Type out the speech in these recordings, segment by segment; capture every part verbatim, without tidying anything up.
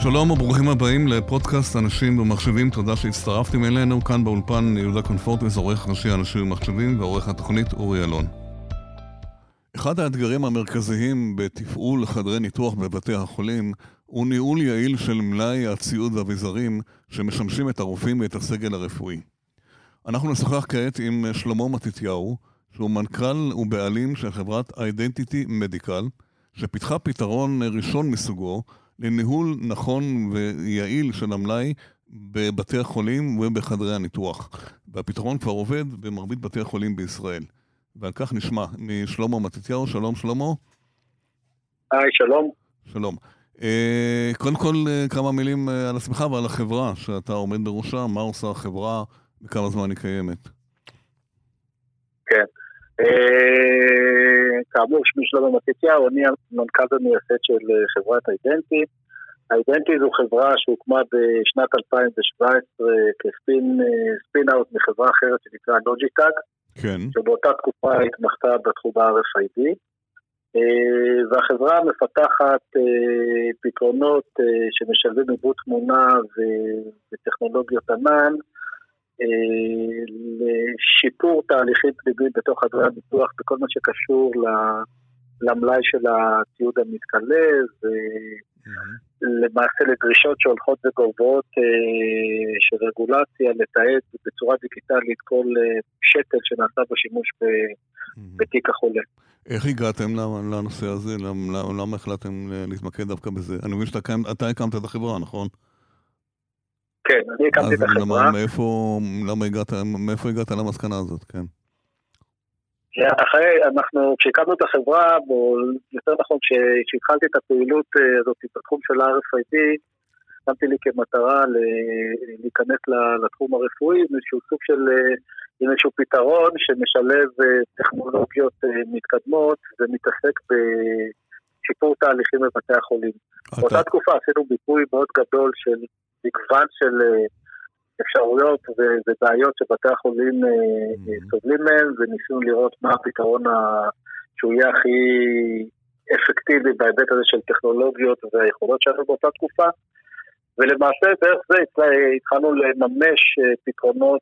שלום וברוכים הבאים לפודקאסט אנשים ומחשבים. תודה שהצטרפתם אלינו. כאן באולפן יהודה קונפורטס, עורך ראשי אנשים ומחשבים, ועורך התוכנית אורי אלון. אחד האתגרים המרכזיים בתפעול חדרי ניתוח בבתי החולים הוא ניהול יעיל של מלאי הציוד והאביזרים שמשמשים את הרופאים ואת הסגל הרפואי. אנחנו נשוחח כעת עם שלמה מתתיהו, שהוא מנכ"ל ובעלים של חברת Identity Medical, שפיתחה פתרון ראשון מסוגו לניהול נכון ויעיל של המלאי בבתי החולים ובחדרי הניתוח. והפתרון כבר עובד במרבית בתי החולים בישראל. ועל כך נשמע משלמה מתתיהו. שלום שלמה. היי, שלום. שלום. Uh, קודם כל uh, כמה מילים uh, על עצמך ועל החברה שאתה עומד בראשה. מה עושה החברה וכמה זמן היא קיימת? כן. Uh, כאמור, שמי שלמה מתתיהו, אני המנכ"ל ומייסד של חברת Identity. Identity זו חברה שהוקמה בשנת אלפיים שבע עשרה כספין ספין אאוט מחברה אחרת שנקרא לוג'יטאג. כן. שבאותה תקופה התמחתה בתחום ה-אר אף איי די, והחברה מפתחת פתרונות שמשלבים עיבוד תמונה וטכנולוגיות ענן, לשיפור תהליכים פנימיים בתוך חדרי הניתוח בכל מה שקשור למלאי של הציוד המתכלה, ולמעשה לדרישות שהולכות וגוברות של רגולציה, לתעד בצורה דיגיטלית כל שטל שנעשה בשימוש בתיק החולה. איך הגעתם לנושא הזה? למה החלטתם להתמקד דווקא בזה? אני מבין שאתה הקמת את החברה, נכון? כן, אני הקמתי את החברה. אז מאיפה הגעת, מאיפה הגעת למסקנה הזאת? כן. אחרי, אנחנו, כשהקמנו את החברה, יותר נכון, כשהתחלתי את הפעילות הזאת בתחום של ה-אר אף איי די, שמתי לי כמטרה להיכנס לתחום הרפואי, איזשהו סוג של, איזשהו פתרון שמשלב טכנולוגיות מתקדמות ומתעסק בשיפור תהליכים בבתי החולים. באותה תקופה עשינו ביפוי מאוד גדול של מגוון של אפשרויות ובעיות שבתי החולים סובלים מהם, וניסינו לראות מה הפתרון שהוא יהיה הכי אפקטיבי בהיבט הזה של טכנולוגיות והיכולות שלנו באותה תקופה, ולמעשה דרך זה התחלנו לממש פתרונות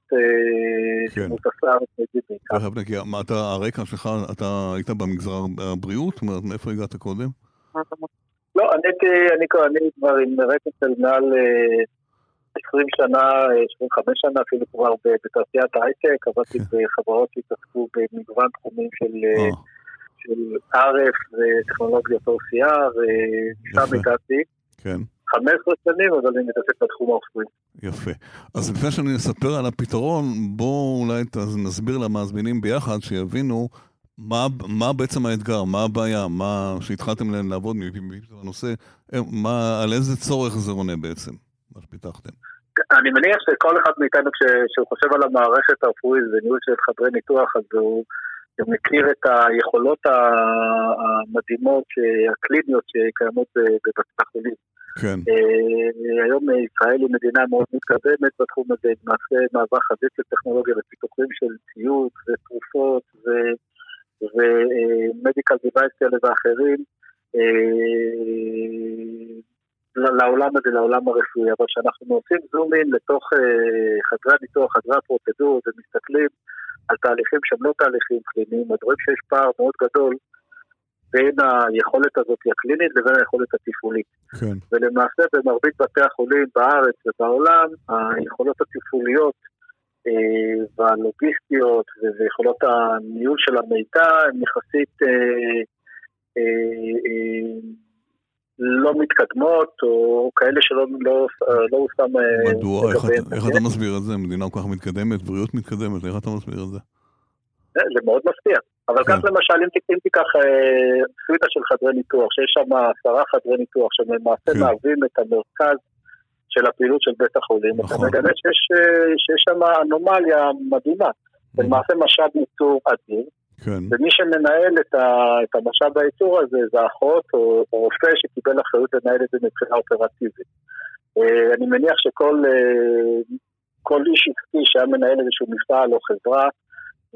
מוטסה בעיקר. מה אתה, הרקע שלך, אתה היית במגזר הבריאות? מאיפה הגעת קודם? לא, אני כבר עם רקע של מעל עשרים שנה, עשרים וחמש שנה, אפילו כבר בתעשיית ההייטק, עבדתי בחברות שהתעסקו במגוון תחומים של אר אף וטכנולוגיות או סי אר, ושם הגעתי. כן. חמש עשרה שנים, אבל אני מתעסק בתחום הרפואי. יפה. אז לפני שאני אספר על הפתרון, בואו אולי נסביר למאזינים ביחד, שיבינו מה, מה בעצם האתגר, מה הבעיה, מה שהתחלתם לעבוד בנושא, מה, על איזה צורך זה עונה בעצם, מה שפיתחתם. אני מניח שכל אחד מאיתנו, כשהוא חושב על המערכת הרפואית וניהול של חדרי ניתוח, אז הוא מכיר את היכולות המדהימות, הקליניות שקיימות בבתי החולים. כן. היום ישראל היא מדינה מאוד מתקדמת בתחום הזה, נעשה מעבר חזית לטכנולוגיה ופיתוחים של ציוד ותרופות ומדיקל דיווייס כאלה ואחרים לעולם הזה, לעולם הרפואי. אבל כשאנחנו עושים זומין לתוך חדרי הניתוח, חדרי הפרוצדור, ומסתכלים על תהליכים שהם לא תהליכים קליניים, הדברים שיש פער מאוד גדול בין היכולת הזאת הקלינית לבין היכולת התפעולית. כן. ולמעשה במרבית בתי החולים בארץ ובעולם, היכולות התפעוליות אה, והלוגיסטיות ויכולות הניהול של המידע הן יחסית אה, אה, אה, לא מתקדמות, או כאלה שלא לא, לא הושם... מדוע? איך, איך אתה מסביר את זה? מדינה כל כך מתקדמת, בריאות מתקדמת, איך אתה מסביר את זה? זה, זה מאוד מפתיע. אבל כך למשל, אם תיקח סוויטה של חדרי ניתוח, שיש שם עשרה חדרי ניתוח, שלמעשה מהווים את המרכז של הפעילות של בית החולים, אתה מגלה שיש שם אנומליה מדהימה, זה למעשה משאב ייצור אדיר, ומי שמנהל את המשאב הייצור הזה, זה אחות או רופא שקיבל אחריות לנהל את זה מבחינה אופרטיבית. אני מניח שכל איש עסקי שהיה מנהל איזשהו מפעל או חברה,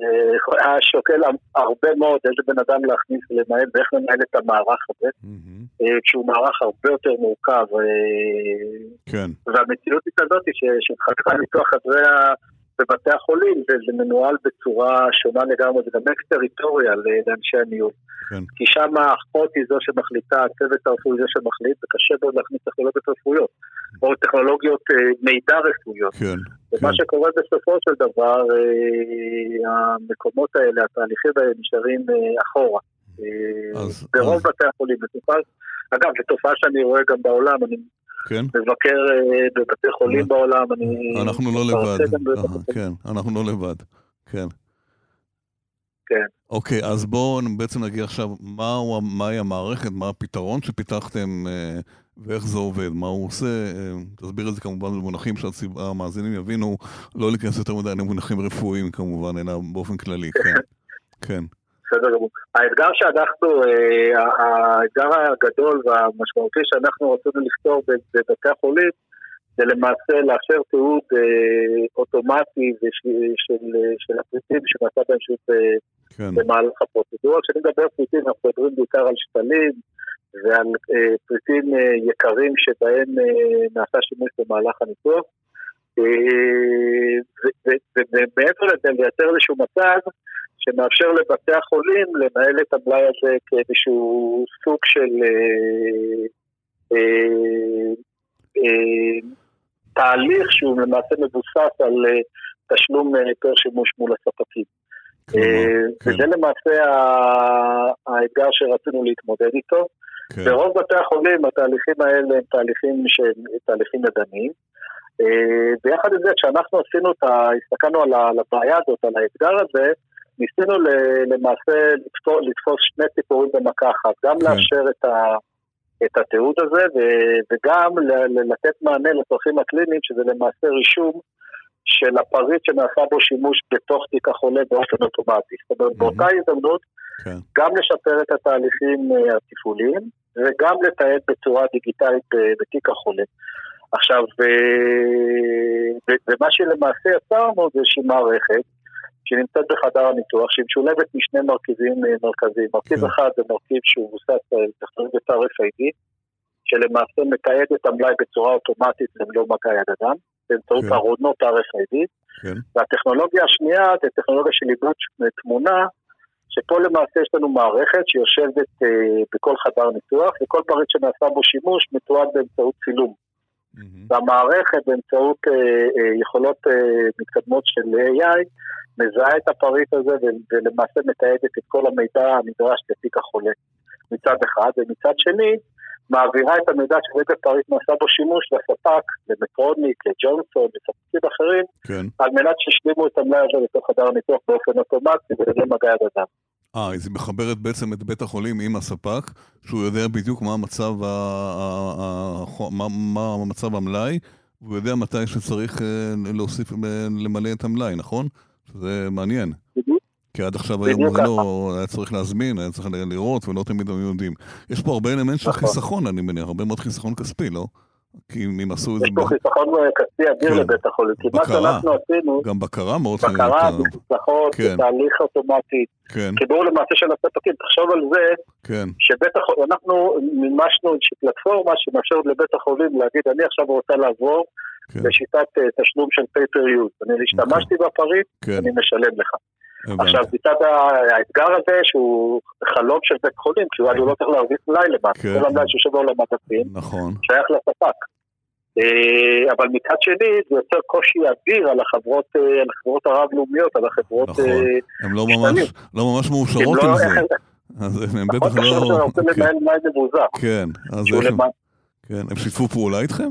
היה שוקל הרבה מאוד איזה בן אדם להכניס לנהל ואיך לנהל את המערך הזה. כשהוא מערך הרבה יותר מורכב. כן. והמציאות היא כזאת שחדרי ניתוח חדרי בבתי החולים, זה מנוהל בצורה שונה לגמרי, זה גם אקס-טריטוריה לאנשי הניהול. כן. כי שם האחות היא זו שמחליטה, הצוות הרפואי זה שמחליט, וקשה מאוד להכניס טכנולוגיות רפואיות, או טכנולוגיות מידע רפואיות. כן. ומה כן. שקורה בסופו של דבר, המקומות האלה, התהליכים האלה נשארים אחורה. אז, ברוב אז... בתי החולים. אגב, זו תופעה שאני רואה גם בעולם, אני כן? מבקר בבתי חולים בעולם, אני... אנחנו לא לבד. כן, אנחנו לא לבד. כן. כן. אוקיי, אז בואו בעצם נגיע עכשיו, מהי המערכת, מה הפתרון שפיתחתם, ואיך זה עובד, מה הוא עושה, תסביר את זה כמובן במונחים שהמאזינים יבינו, לא להיכנס יותר מדי למונחים רפואיים כמובן, אלא באופן כללי, כן. כן. בסדר גמור. האתגר שאנחנו, האתגר הגדול והמשמעותי שאנחנו רצינו לפתור בבתי החולים, זה למעשה לאפשר תיעוד אוטומטי של הפריטים שנעשה בהם במהלך הפרוצדורה. כשאני מדבר פריטים, אנחנו מדברים בעיקר על שתלים ועל פריטים יקרים שבהם נעשה שימוש במהלך הניתוח. ובעצם לזה לייצר איזשהו מצב שמאפשר לבתי החולים לנהל את המלאי הזה כאיזשהו סוג של תהליך שהוא למעשה מבוסס על תשלום פר שימוש מול הספקים. וזה למעשה האתגר שרצינו להתמודד איתו. ברוב בתי החולים התהליכים האלה הם תהליכים שהם תהליכים ידניים. ביחד עם זה, כשאנחנו עשינו את ה... הסתכלנו על הבעיה הזאת, על האתגר הזה, ניסינו למעשה לתפוס שני ציפורים במכה אחת, גם לאפשר את ה... את התיעוד הזה, וגם לתת מענה לצרכים הקליניים, שזה למעשה רישום של הפריט שנעשה בו שימוש בתוך תיק החולה באופן אוטומטי. זאת אומרת, באותה הזדמנות, גם לשפר את התהליכים התפעוליים, וגם לתעד בצורה דיגיטלית בתיק החולה. עכשיו, ומה שלמעשה יצרנו זה איזושהי מערכת, שנמצאת בחדר הניתוח, שהיא משולבת משני מרכיבים מרכזיים. מרכיב אחד זה מרכיב שהוא מבוסס על טכנולוגיית אר אף איי די, שלמעשה מתעד את המלאי בצורה אוטומטית ללא מגע יד אדם, באמצעות ארונות אר אף איי די. והטכנולוגיה השנייה זה טכנולוגיה של עיבוד תמונה, שפה למעשה יש לנו מערכת שיושבת בכל חדר ניתוח, וכל פריט שנעשה בו שימוש מתועד באמצעות צילום. והמערכת באמצעות יכולות מתקדמות של איי איי, מזהה את הפריט הזה ולמעשה מתעדת את כל המידע הנדרש לתיק החולה מצד אחד, ומצד שני מעבירה את המידע שבאמת הפריט נעשה בו שימוש לספק, למטרוניק, לג'ונסון, לספקים אחרים, כן. על מנת שישלימו את המלאי הזה לתוך חדר הניתוח באופן אוטומטי וללא מגע יד אדם. אה, אז היא מחברת בעצם את בית החולים עם הספק, שהוא יודע בדיוק מה המצב, מה, מה המצב המלאי, והוא יודע מתי שצריך להוסיף, למלא את המלאי, נכון? זה מעניין. כי עד עכשיו היום היה צריך להזמין, היה צריך לראות, ולא תמיד הם יודעים. יש פה הרבה אלמנט של חיסכון, אני מניח, הרבה מאוד חיסכון כספי, לא? כי אם עשו את זה... יש פה חיסכון כספי אדיר לבית החולים. בקרה, גם בקרה מאוד... בקרה, חיסכון, תהליך אוטומטי. חיבור למעשה של הספקים. תחשוב על זה, שבית החולים, אנחנו מימשנו איזושהי פלטפורמה שמאפשרת לבית החולים להגיד, אני עכשיו רוצה לעבור בשיטת תשלום של פייפר יוז. אני השתמשתי בפריט, אני משלם לך. עכשיו, מצד האתגר הזה, שהוא חלום של בית חולים, כי הוא לא צריך להרוויח מלאי למעט, כל המלאי שיושב על המדפים, שייך לספק. אבל מצד שני, זה יוצר קושי אדיר על החברות הרב-לאומיות, על החברות... נכון, הן לא ממש מאושרות עם זה. אז הם בטח לא... נכון, רוצים לנהל מלאי מבוזר. כן, אז הם שיתפו פעולה איתכם?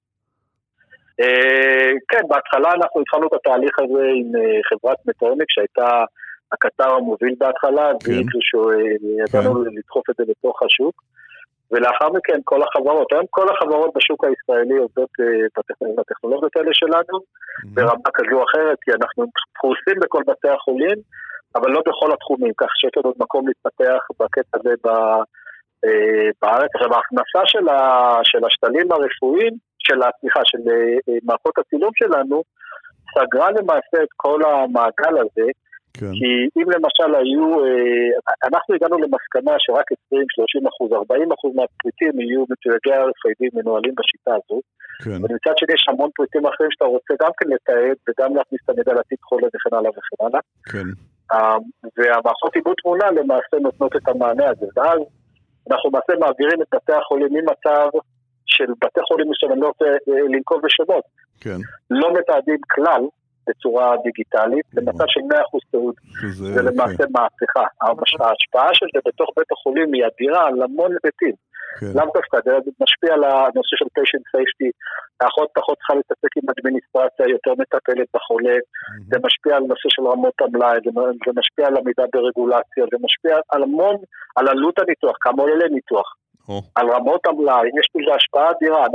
כן, בהתחלה אנחנו התחלנו את התהליך הזה עם חברת מטרוניק שהייתה הקטר המוביל בהתחלה, וידענו לדחוף את זה לתוך השוק, ולאחר מכן כל החברות, היום כל החברות בשוק הישראלי עובדות בטכנולוגיות האלה שלנו, ברמה כזו או אחרת, כי אנחנו פרוסים בכל בתי החולים, אבל לא בכל התחומים, כך שיש לנו עוד מקום להתפתח בקטע הזה בארץ. עכשיו, ההכנסה של השתלים הרפואיים, של התמיכה של מערכות הצילום שלנו, סגרה למעשה את כל המעגל הזה, כן. כי אם למשל היו, אנחנו הגענו למסקנה שרק עשרים שלושים אחוז, ארבעים אחוז מהפריטים יהיו מתויגי ה-אר אף איי די מנוהלים בשיטה הזו, כן. ומצד שני יש המון פריטים אחרים שאתה רוצה גם כן לתעד, וגם להכניס את המידע לתיק חולה וכן הלאה וכן הלאה. כן. והמערכות עיבוד תמונה למעשה נותנות את המענה הזה, ואז אנחנו למעשה מעבירים את בתי החולים ממצב של בתי חולים שאני לא רוצה לנקוב בשמות, כן. לא מתעדים כלל בצורה דיגיטלית, למצב של מאה אחוז תיעוד, זה למעשה מהפכה. ההשפעה של זה בתוך בית החולים היא אדירה על המון היבטים. למה דווקא, זה משפיע על הנושא של patient safety, האחות פחות צריכה להתעסק עם אדמיניסטרציה, יותר מטפלת בחולה, זה משפיע על נושא של רמות המלאי, זה משפיע על עמידה ברגולציה, זה משפיע על המון, על עלות הניתוח, כמה עולה ניתוח, על רמות המלאי, יש לזה השפעה אדירה.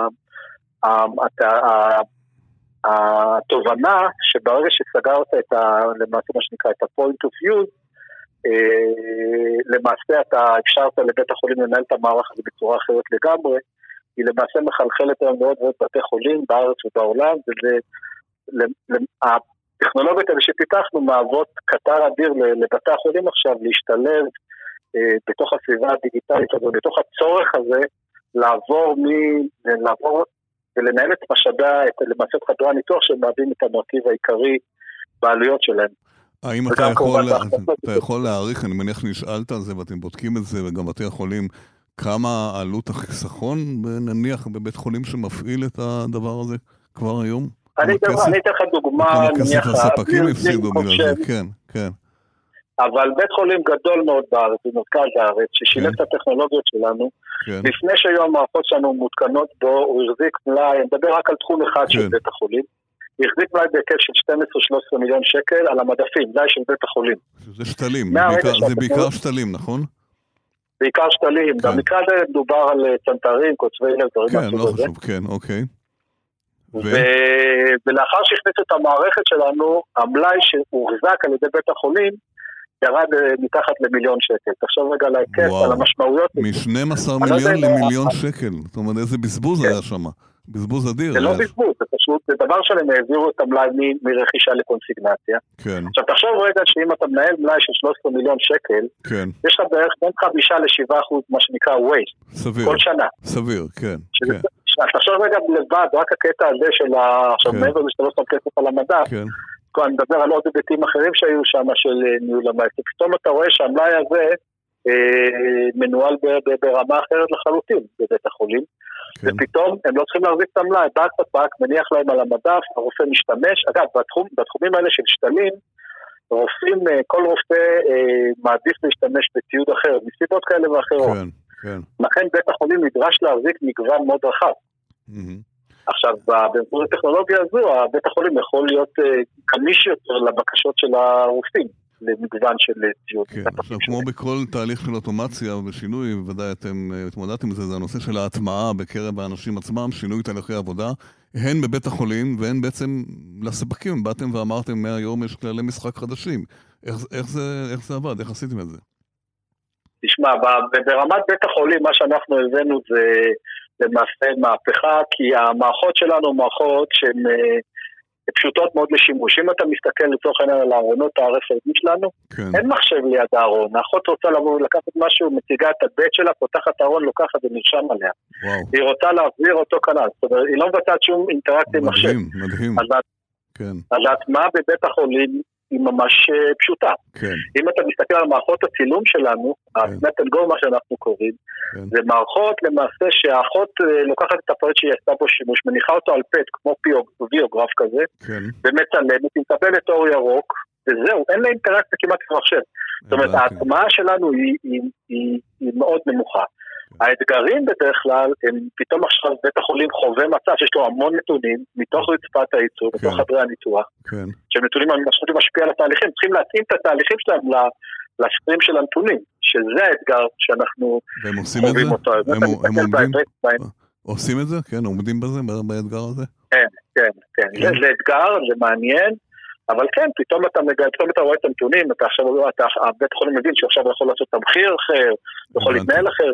התובנה שברגע שסגרת את למעשה מה שנקרא את ה-point of view, למעשה אתה אפשרת לבית החולים לנהל את המערך הזה בצורה אחרת לגמרי, היא למעשה מחלחלת היום מאוד מאוד בתי חולים בארץ ובעולם, והטכנולוגיות האלה שפיתחנו מהוות קטר אדיר לבתי החולים עכשיו להשתלב בתוך הסביבה הדיגיטלית הזו, בתוך הצורך הזה לעבור מ... לעבור ולנהל את משאבי, למעשה את חדרי הניתוח שמהווים את המרכיב העיקרי בעלויות שלהם. האם אתה יכול, אתה יכול להעריך, אני מניח שנשאלת על זה ואתם בודקים את זה, וגם בתי החולים, כמה עלות החיסכון, נניח בבית חולים שמפעיל את הדבר הזה כבר היום? אני אתן לך דוגמה, כמה כסף הספקים הפסידו בגלל זה, כן, כן. אבל בית חולים גדול מאוד בארץ, במרכז הארץ, ששילב את הטכנולוגיות שלנו, לפני שהיום המערכות שלנו מותקנות בו, הוא החזיק מלאי, אני מדבר רק על תחום אחד של בית החולים, החזיק מלאי בהיקף של שתים עשרה שלוש עשרה מיליון שקל על המדפים, מלאי של בית החולים. זה שתלים, זה בעיקר שתלים, נכון? בעיקר שתלים, במקרה הזה מדובר על צנתרים, קוצבי לב, דברים כן, לא חשוב, כן, אוקיי. ולאחר שהכניסו את המערכת שלנו, המלאי שהוחזק על ידי בית החולים, ירד מתחת למיליון שקל. תחשוב רגע על ההיקף, על המשמעויות. מ-שנים עשר מיליון למיליון שקל. זאת אומרת, איזה בזבוז היה שם. בזבוז אדיר. זה לא בזבוז, זה פשוט, זה דבר שלהם העבירו את המלאי מרכישה לקונסיגנציה. כן. עכשיו, תחשוב רגע שאם אתה מנהל מלאי של שלושה עשר מיליון שקל, כן. יש לך בערך בין חמישה לשבעה אחוז, מה שנקרא waste. סביר. כל שנה. סביר, כן. כן. תחשוב רגע לבד, רק הקטע הזה של ה... עכשיו, מעבר לזה שאתה לא שם כסף על המדף, כן. אני מדבר על עוד היבטים אחרים שהיו שם של ניהול המלאי. פתאום אתה רואה שהמלאי הזה מנוהל ברמה אחרת לחלוטין בבית החולים, ופתאום הם לא צריכים להחזיק את המלאי, בא ספק, מניח להם על המדף, הרופא משתמש, אגב, בתחומים האלה של שתלים, רופאים, כל רופא מעדיף להשתמש בציוד אחר, מסיבות כאלה ואחרות. לכן בית החולים נדרש להחזיק מגוון מאוד רחב. עכשיו, באמצעות הטכנולוגיה הזו, בית החולים יכול להיות גמיש יותר לבקשות של הרופאים, למגוון של ציוד. כן, עכשיו, כמו בכל תהליך של אוטומציה ושינוי, ודאי אתם התמודדתם עם זה, זה הנושא של ההטמעה בקרב האנשים עצמם, שינוי תהליכי עבודה, הן בבית החולים והן בעצם לספקים, באתם ואמרתם, מהיום יש כללי משחק חדשים. איך, איך זה, איך זה עבד? איך עשיתם את זה? תשמע, ברמת בית החולים, מה שאנחנו הבאנו זה למעשה מהפכה, כי המערכות שלנו מערכות שהן פשוטות מאוד לשימוש. אם אתה מסתכל לצורך העניין על הארונות ה-אר אף איי די שלנו, כן. אין מחשב ליד הארון. האחות רוצה לבוא ולקחת משהו, מציגה את הבית שלה, פותחת הארון, לוקחת ונרשם עליה. וואו. היא רוצה להעביר אותו כנ"ל. זאת אומרת, היא לא מבצעת שום אינטראקציה עם מחשב. מדהים, מדהים. אז, כן. אז ההטמעה בבית החולים היא ממש פשוטה. כן. אם אתה מסתכל על מערכות הצילום שלנו, כן. ה-Met&Go, מה שאנחנו קוראים, כן. זה מערכות למעשה שהאחות לוקחת את הפרט שהיא עשתה בו שימוש, מניחה אותו על פט, כמו ביוגרף כזה, כן. ומצלמת, היא מקבלת אור ירוק, וזהו, אין לה אינטראקציה כמעט במחשב. זאת אומרת, ההטמעה שלנו היא, היא, היא, היא מאוד נמוכה. האתגרים בדרך כלל הם פתאום עכשיו בית החולים חווה מצב שיש לו המון נתונים מתוך רצפת הייצור, מתוך חדרי הניתוח, שהם נתונים משמעותיים משפיע על התהליכים, צריכים להתאים את התהליכים שלהם לסטרים של הנתונים, שזה האתגר שאנחנו חווים אותו. הם עושים את זה? כן, עומדים בזה, באתגר הזה? כן, כן, כן, זה אתגר, זה מעניין, אבל כן, פתאום אתה מגלה, פתאום אתה רואה את הנתונים, אתה עכשיו, הבית החולים מבין שעכשיו הוא יכול לעשות תמחיר אחר, הוא יכול להתנהל אחר,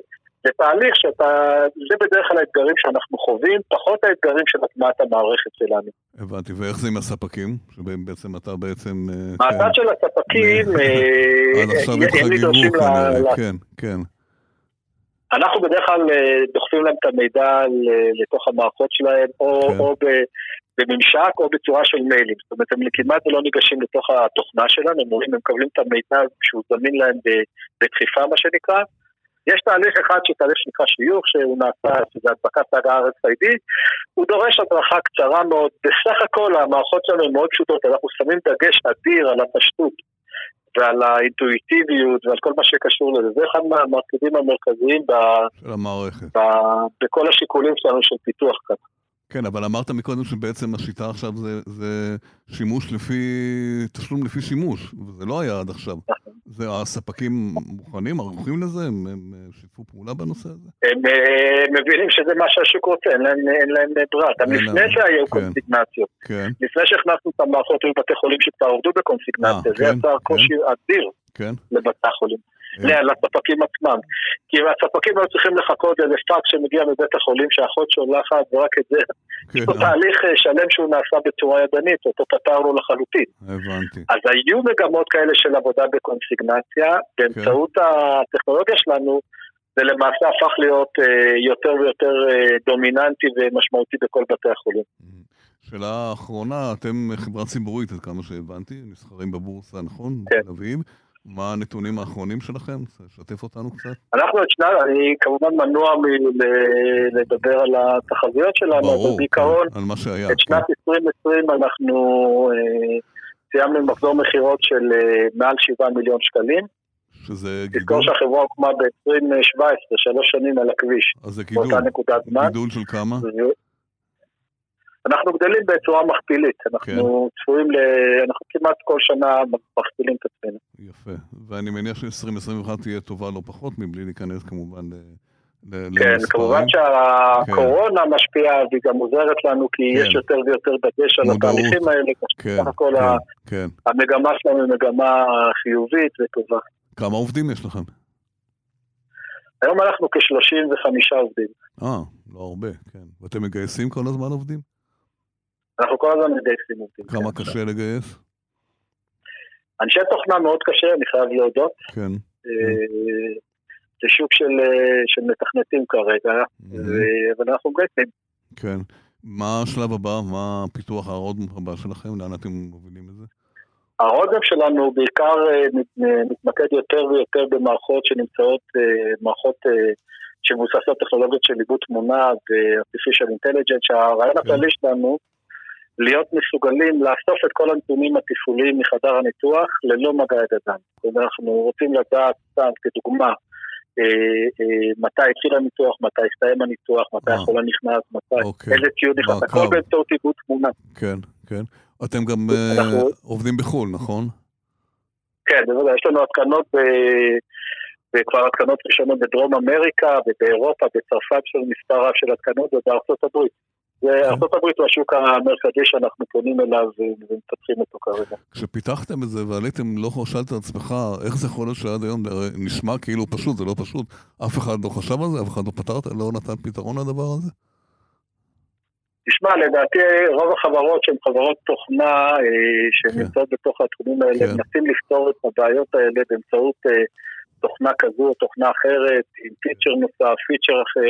זה תהליך שאתה, זה בדרך כלל האתגרים שאנחנו חווים, פחות האתגרים של הטמעת המערכת שלנו. הבנתי, ואיך זה עם הספקים? שבעצם אתה בעצם... מהצד של הספקים, עד עכשיו התחגגו כנראה, כן, כן. אנחנו בדרך כלל דוחפים להם את המידע לתוך המערכות שלהם, או בממשק או בצורה של מיילים. זאת אומרת, הם כמעט לא ניגשים לתוך התוכנה שלהם, הם רואים, הם מקבלים את המידע שהוא זמין להם בדחיפה, מה שנקרא. יש תהליך אחד שתהליך שנקרא שיוך, שהוא נעשה, שזה הדבקת תג ה-אר אף איי די, הוא דורש הדרכה קצרה מאוד. בסך הכל המערכות שלנו הן מאוד פשוטות, אנחנו שמים דגש אדיר על הפשטות ועל האינטואיטיביות ועל כל מה שקשור לזה. זה אחד מהמרכיבים המרכזיים ב... של המערכת. ב... בכל השיקולים שלנו של פיתוח כאן. כן, אבל אמרת מקודם שבעצם השיטה עכשיו זה, זה שימוש לפי, תשלום לפי שימוש, וזה לא היה עד עכשיו. זה הספקים מוכנים, ערוכים לזה? הם, הם שיתפו פעולה בנושא הזה? הם מבינים שזה מה שהשוק רוצה, אין להם, אין להם ברירה. גם לפני שהיו קונסיגנציות. כן. לפני שהכנסנו את המערכות לבתי חולים שכבר עובדו בקונסיגנציה, זה יצר קושי אדיר לבתי חולים. לספקים עצמם. כי הספקים לא צריכים לחכות איזה פאקס שמגיע מבית החולים שהאחות שולחת ורק את זה. יש פה תהליך שלם שהוא נעשה בצורה ידנית, אותו פתרנו לחלוטין. הבנתי. אז היו מגמות כאלה של עבודה בקונסיגנציה, באמצעות הטכנולוגיה שלנו, זה למעשה הפך להיות יותר ויותר דומיננטי ומשמעותי בכל בתי החולים. שאלה האחרונה, אתם חברה ציבורית, עד כמה שהבנתי, נסחרים בבורסה, נכון? כן. מה הנתונים האחרונים שלכם? שתף אותנו קצת. אנחנו את שנת, אני כמובן מנוע מלדבר על התחזיות שלנו, ברור, בעיקרון, על מה שהיה. את שנת עשרים עשרים אנחנו סיימנו מחזור מחירות של מעל שבעה מיליון שקלים. שזה גידול? תזכור שהחברה הוקמה ב-עשרים שבע עשרה, שלוש שנים על הכביש. אז זה גידול. באותה נקודת זמן. גידול של כמה? אנחנו גדלים בצורה מכפילית, אנחנו צפויים ל... אנחנו כמעט כל שנה מכפילים את עצמנו. יפה, ואני מניח ש-עשרים עשרים ואחת תהיה טובה לא פחות, מבלי להיכנס כמובן למספרים. כן, כמובן שהקורונה משפיעה, והיא גם עוזרת לנו, כי יש יותר ויותר דגש על התהליכים האלה, בסך הכל המגמה שלנו היא מגמה חיובית וטובה. כמה עובדים יש לכם? היום אנחנו כ-שלושים וחמישה עובדים. אה, לא הרבה, כן. ואתם מגייסים כל הזמן עובדים? אנחנו כל הזמן מגייסים עובדים. כמה קשה לגייס? אנשי תוכנה מאוד קשה, אני חייב להודות. כן. זה שוק של מתכנתים כרגע, אבל אנחנו מגייסים. כן. מה השלב הבא? מה הפיתוח הרודמפ הבא שלכם? לאן אתם מובילים את זה? הרודמפ שלנו בעיקר מתמקד יותר ויותר במערכות שנמצאות, מערכות שמבוססות טכנולוגיות של עיבוד תמונה ו-artificial intelligence, שהרעיון הכללי שלנו להיות מסוגלים לאסוף את כל הנתונים התפעוליים מחדר הניתוח ללא מגע יד אדם. אנחנו רוצים לדעת, כדוגמה, מתי התחיל הניתוח, מתי הסתיים הניתוח, מתי החולה נכנס, איזה ציוד נכנס, הכל באמצעות עיבוד תמונה. כן, כן. אתם גם עובדים בחו"ל, נכון? כן, בוודאי, יש לנו התקנות וכבר התקנות ראשונות בדרום אמריקה ובאירופה, בצרפת של מספר רב של התקנות ובארצות הברית. ארצות הברית הוא השוק המרכזי שאנחנו פונים אליו ומפתחים אותו כרגע. כשפיתחתם את זה ועליתם, לא חושבת על עצמך, איך זה יכול להיות שעד היום נשמע כאילו פשוט, זה לא פשוט. אף אחד לא חשב על זה, אף אחד לא פתר, לא נתן פתרון לדבר הזה? תשמע, לדעתי רוב החברות שהן חברות תוכנה שנמצאות בתוך התחומים האלה, מנסים לפתור את הבעיות האלה באמצעות תוכנה כזו או תוכנה אחרת, עם פיצ'ר נוסף, פיצ'ר אחר.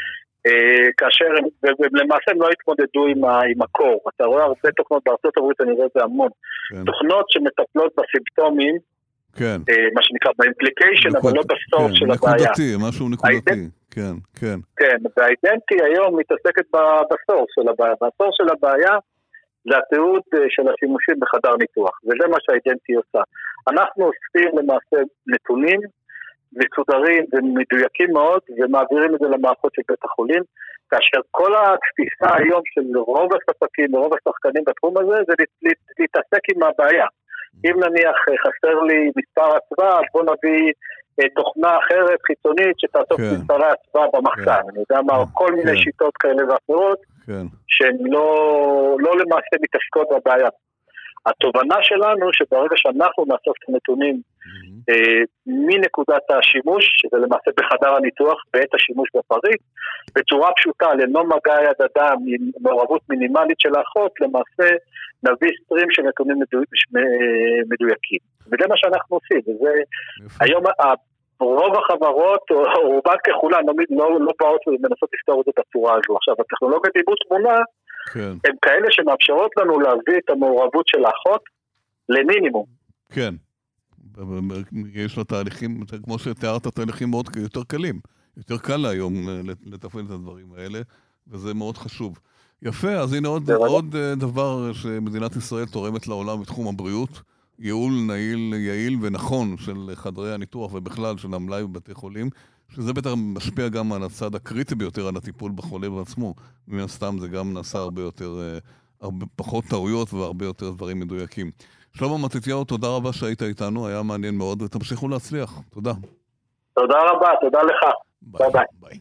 כאשר הם, ולמעשה הם לא התמודדו עם הקור. אתה רואה הרבה תוכנות בארצות הברית, אני רואה את זה המון. תוכנות שמטפלות בסימפטומים, מה שנקרא באימפליקיישן, אבל לא בסורס של הבעיה. נקודתי, משהו נקודתי. כן, כן. כן, והאידנטי היום מתעסקת בסורס של הבעיה. והסורס של הבעיה זה התיעוד של השימושים בחדר ניתוח. וזה מה שהאידנטי עושה. אנחנו אוספים למעשה נתונים, מסודרים ומדויקים מאוד, ומעבירים את זה למערכות של בית החולים, כאשר כל התפיסה היום של רוב הספקים ורוב השחקנים בתחום הזה, זה להתעסק עם הבעיה. אם נניח חסר לי מספר הצבעה, בוא נביא תוכנה אחרת חיצונית שתעסוק מספרי הצבעה במחסן. אני יודע מה, כל מיני שיטות כאלה ואחרות, שהן לא למעשה מתעסקות בבעיה. התובנה שלנו שברגע שאנחנו נאסוף את הנתונים מנקודת השימוש, שזה למעשה בחדר הניתוח, בעת השימוש בפריט, בצורה פשוטה, ללא מגע יד אדם, עם מעורבות מינימלית של האחות, למעשה נביא סטרים של נתונים מדויקים. וזה מה שאנחנו עושים, וזה היום רוב החברות, או רובן ככולן, לא, לא באות ומנסות לפתור את הצורה הזו. עכשיו, הטכנולוגיה עיבוד תמונה, כן. הן כאלה שמאפשרות לנו להביא את המעורבות של האחות למינימום. כן. יש לה תהליכים, כמו שתיארת, תהליכים מאוד יותר קלים. יותר קל לה היום לתפעל את הדברים האלה, וזה מאוד חשוב. יפה, אז הנה עוד, עוד דבר שמדינת ישראל תורמת לעולם בתחום הבריאות, ייעול נעיל, יעיל ונכון של חדרי הניתוח ובכלל של המלאי בבתי חולים, שזה בטח משפיע גם על הצד הקריטי ביותר, על הטיפול בחולה בעצמו. מן הסתם זה גם נעשה הרבה יותר, הרבה פחות טעויות והרבה יותר דברים מדויקים. שלמה מתתיהו, תודה רבה שהיית איתנו, היה מעניין מאוד, ותמשיכו להצליח. תודה. תודה רבה, תודה לך. ביי ביי. ביי.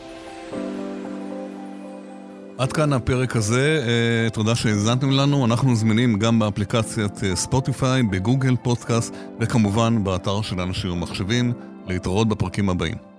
עד כאן הפרק הזה, תודה שהזנתם לנו, אנחנו זמינים גם באפליקציית ספוטיפיי, בגוגל פודקאסט, וכמובן באתר של אנשים ומחשבים, להתראות בפרקים הבאים.